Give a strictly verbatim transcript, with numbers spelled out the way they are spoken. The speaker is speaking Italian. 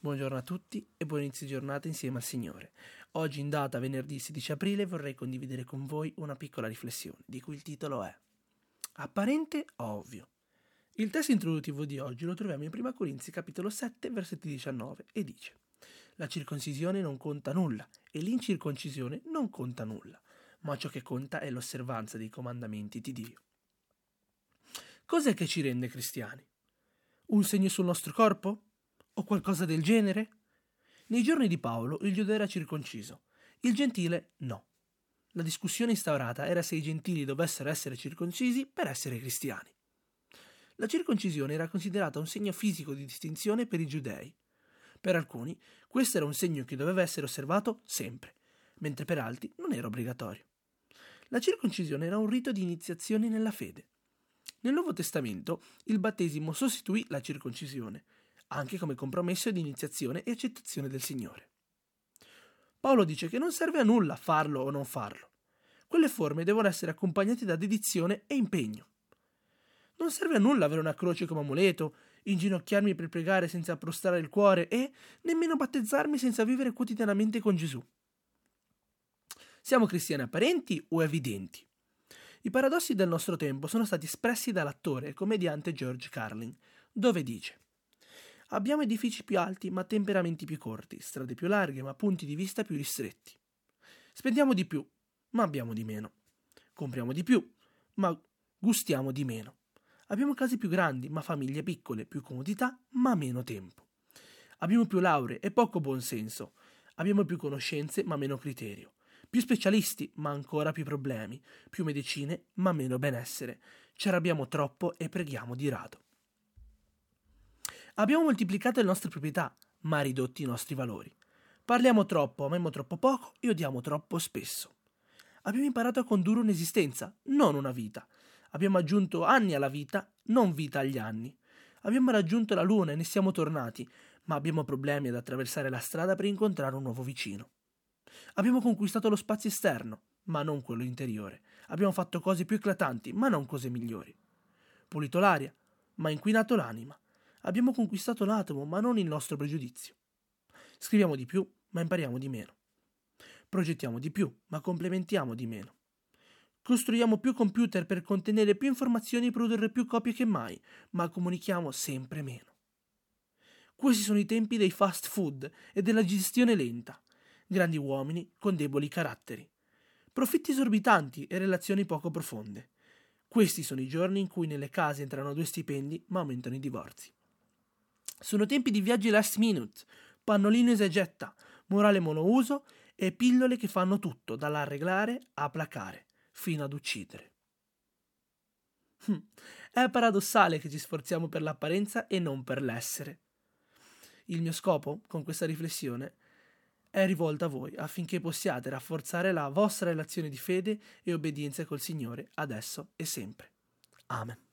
Buongiorno a tutti e buon inizio giornata insieme al Signore. Oggi in data venerdì sedici aprile vorrei condividere con voi una piccola riflessione, di cui il titolo è Apparente o ovvio. Il testo introduttivo di oggi lo troviamo in prima Corinzi capitolo sette versetti diciannove e dice: La circoncisione non conta nulla e l'incirconcisione non conta nulla, ma ciò che conta è l'osservanza dei comandamenti di Dio. Cos'è che ci rende cristiani? Un segno sul nostro corpo? O qualcosa del genere? Nei giorni di Paolo il giudeo era circonciso, il gentile no. La discussione instaurata era se i gentili dovessero essere circoncisi per essere cristiani. La circoncisione era considerata un segno fisico di distinzione per i giudei. Per alcuni questo era un segno che doveva essere osservato sempre, mentre per altri non era obbligatorio. La circoncisione era un rito di iniziazione nella fede. Nel Nuovo Testamento il battesimo sostituì la circoncisione, anche come compromesso di iniziazione e accettazione del Signore. Paolo dice che non serve a nulla farlo o non farlo. Quelle forme devono essere accompagnate da dedizione e impegno. Non serve a nulla avere una croce come amuleto, inginocchiarmi per pregare senza prostrare il cuore e nemmeno battezzarmi senza vivere quotidianamente con Gesù. Siamo cristiani apparenti o evidenti? I paradossi del nostro tempo sono stati espressi dall'attore e commediante George Carlin, dove dice: Abbiamo edifici più alti ma temperamenti più corti, strade più larghe ma punti di vista più ristretti. Spendiamo di più, ma abbiamo di meno. Compriamo di più, ma gustiamo di meno. Abbiamo case più grandi ma famiglie piccole, più comodità ma meno tempo. Abbiamo più lauree e poco buonsenso. Abbiamo più conoscenze ma meno criterio. Più specialisti ma ancora più problemi. Più medicine ma meno benessere. Ci arrabbiamo troppo e preghiamo di rado. Abbiamo moltiplicato le nostre proprietà, ma ridotti i nostri valori. Parliamo troppo, amiamo troppo poco e odiamo troppo spesso. Abbiamo imparato a condurre un'esistenza, non una vita. Abbiamo aggiunto anni alla vita, non vita agli anni. Abbiamo raggiunto la luna e ne siamo tornati, ma abbiamo problemi ad attraversare la strada per incontrare un nuovo vicino. Abbiamo conquistato lo spazio esterno, ma non quello interiore. Abbiamo fatto cose più eclatanti, ma non cose migliori. Pulito l'aria, ma inquinato l'anima. Abbiamo conquistato l'atomo, ma non il nostro pregiudizio. Scriviamo di più, ma impariamo di meno. Progettiamo di più, ma complementiamo di meno. Costruiamo più computer per contenere più informazioni e produrre più copie che mai, ma comunichiamo sempre meno. Questi sono i tempi dei fast food e della gestione lenta. Grandi uomini con deboli caratteri. Profitti esorbitanti e relazioni poco profonde. Questi sono i giorni in cui nelle case entrano due stipendi, ma aumentano i divorzi. Sono tempi di viaggi last minute, pannolino esegetta, morale monouso e pillole che fanno tutto, dall'arreglare a placare, fino ad uccidere. È paradossale che ci sforziamo per l'apparenza e non per l'essere. Il mio scopo, con questa riflessione, è rivolto a voi affinché possiate rafforzare la vostra relazione di fede e obbedienza col Signore adesso e sempre. Amen.